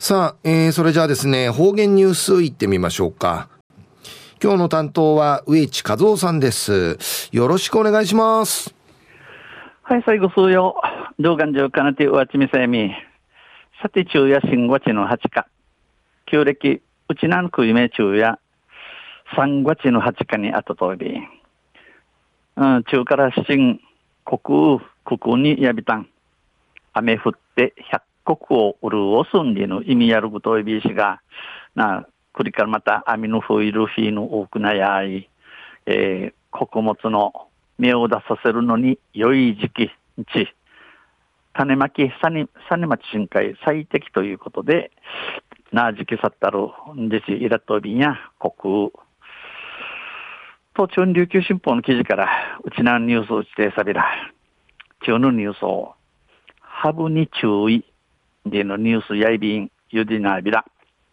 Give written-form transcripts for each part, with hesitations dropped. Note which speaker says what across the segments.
Speaker 1: さあ、それじゃあですね、方言ニュースいってみましょうか。今日の担当は植地和夫さんです。よろしくお願いします。
Speaker 2: はい、最後数曜。動画上かなてうわちみせみ。さて昼夜新月の8日。旧暦、うちなんく夢昼夜。3月の8日にあたとび。中から新国にやびたん。雨降って百国を潤すんでの意味やることいびしが、これからまた雨の降る日の多くなやい、穀物の芽を出させるのに良い時期、種まき、種まち深海最適ということで、時期さったる、自治イラトビンや国東中琉球新報の記事から、うちなニュースを指定さびら、中のニュースを、ハブに注意でのニュースやいびん、ゆでなびら。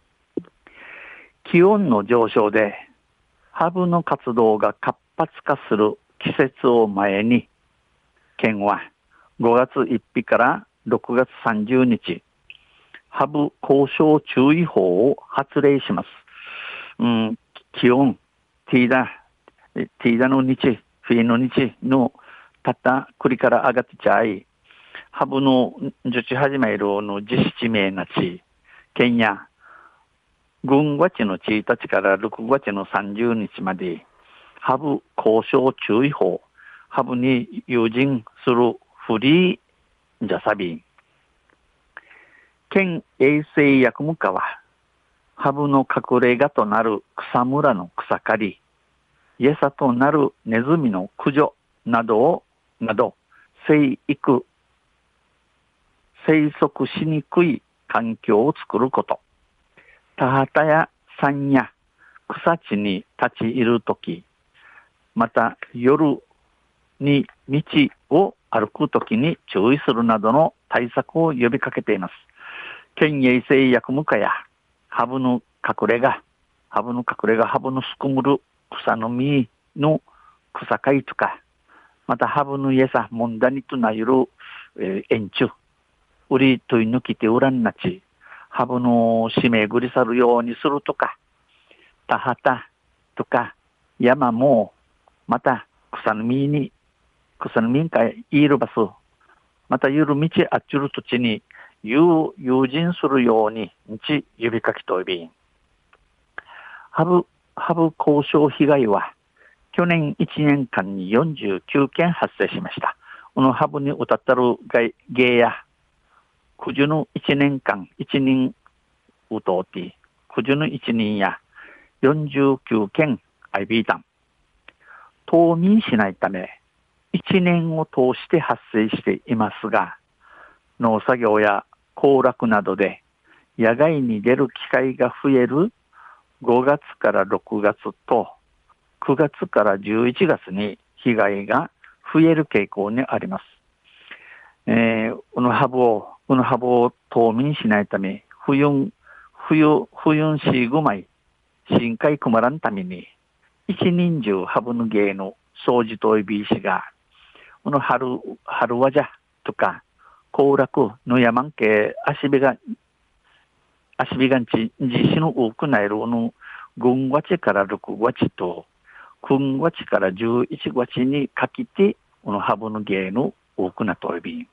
Speaker 2: 気温の上昇で、ハブの活動が活発化する季節を前に、県は5月1日から6月30日、ハブ交渉注意報を発令します。気温、ティーダの日、フィーの日のたった栗から上がってちゃい、ハブの受注始めるの実施名なち、県や軍月の1日から6月の30日まで、ハブ交渉注意報、ハブに友人するフリージャサビン、県衛生薬務課は、ハブの隠れ家となる草むらの草刈り、餌となるネズミの駆除など、生息しにくい環境を作ること。田畑や山や草地に立ち入るとき、また夜に道を歩くときに注意するなどの対策を呼びかけています。県衛生薬務課やハブの隠れ家、ハブのすくむる草の実の草刈りとか、またハブの餌、もんだにとなゆる、円柱、売りとい抜きてうらんなち、ハブの締めぐり去るようにするとか、田畑とか山も、また草の実にかいる場所、またゆる道あっちゅる土地に友人するように呼びかけといびん。ハブ交渉被害は去年1年間に49件発生しました。このハブに歌ったる芸や九十の1年間1人うとうて九十の1人や49件アイビータン冬眠しないため1年を通して発生していますが、農作業や行楽などで野外に出る機会が増える5月から6月と9月から11月に被害が増える傾向にあります。このハブを冬眠しないため、冬しぐまい、深海くまらんために、一年中ハブの芸の掃除といびいしが、この春わじゃとか、行楽の山んけ、足火がんち、自身の多くなるの、5月から6月と、9月から11月にかけて、このハブの芸の多くなといびん。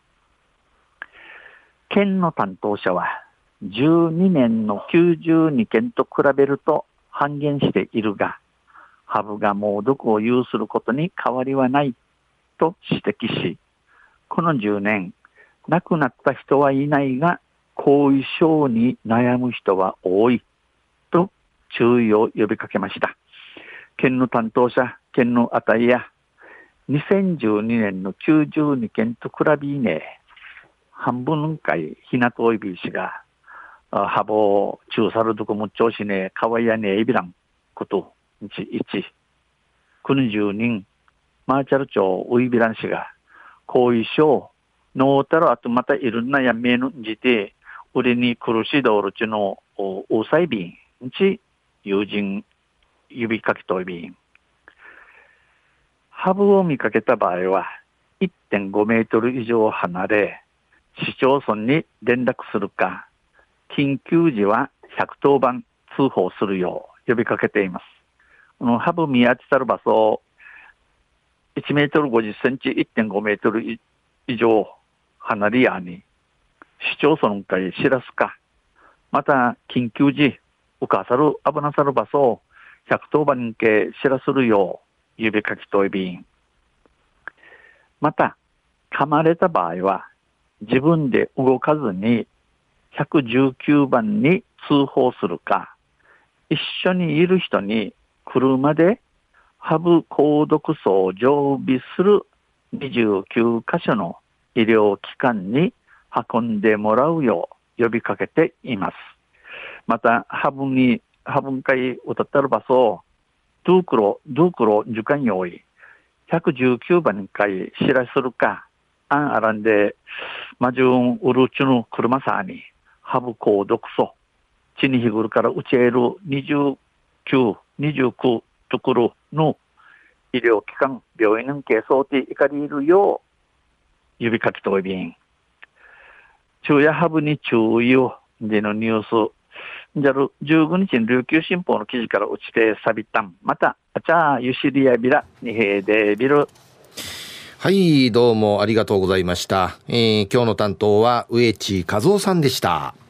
Speaker 2: 県の担当者は、12年の92件と比べると半減しているが、ハブが猛毒を有することに変わりはないと指摘し、この10年、亡くなった人はいないが、後遺症に悩む人は多いと注意を呼びかけました。県の担当者、県のあたりや、2012年の92件と比べね、半分回ひなといびいしが、ハブを中さるどこも調子ね、かわいやねえびらんこと、1、国住人、マーチャル町ウイビラン氏が、後遺症、ノータルあとまたいろんなやめのじて、俺に苦しい道路ちのおさいびん、友人、指かけといびん。ハブを見かけた場合は、1.5 メートル以上離れ、市町村に連絡するか、 緊急時は110番通報するよう呼びかけています。ハブミヤチタルバソ1メートル50センチ 1.5 メートル以上離れやに市町村会知らすか、また緊急時うかさる危なさる場所110番系知らするよう呼びかけといびん。また噛まれた場合は自分で動かずに119番に通報するか、一緒にいる人に車でハブ消毒素を常備する29カ所の医療機関に運んでもらうよう呼びかけています。またハブ会歌ったる場所ドゥークロ受験用意119番会知らするか、アンアランでマジュンウルチュの車さにハブ消毒素チニヒグルから打ち得る29ところの医療機関病院の係争でいかりいるよう呼びかけといびん。昼夜ハブに注意をでのニュースじゃる15日に琉球新報の記事から落ちてサビタン、またあちゃゆしりやびらにへでびる。
Speaker 1: はい、どうもありがとうございました。今日の担当は植地和夫さんでした。